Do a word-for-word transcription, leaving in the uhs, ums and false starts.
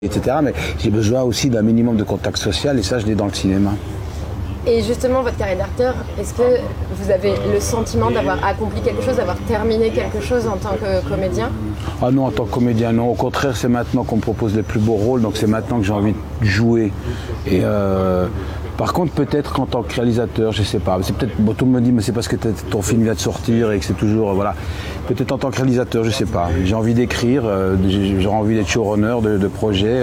et cetera. Mais j'ai besoin aussi d'un minimum de contact social et ça, je l'ai dans le cinéma. Et justement, votre carrière d'acteur, est-ce que vous avez le sentiment d'avoir accompli quelque chose, d'avoir terminé quelque chose en tant que comédien? Ah non, en tant que comédien, non. Au contraire, c'est maintenant qu'on me propose les plus beaux rôles, donc c'est maintenant que j'ai envie de jouer. Et euh, par contre, peut-être qu'en tant que réalisateur, je sais pas. C'est peut-être, bon, tout le monde me dit, mais c'est parce que ton film vient de sortir et que c'est toujours, euh, voilà. Peut-être en tant que réalisateur, je sais pas. J'ai envie d'écrire, euh, j'ai, j'ai envie d'être showrunner de, de projets.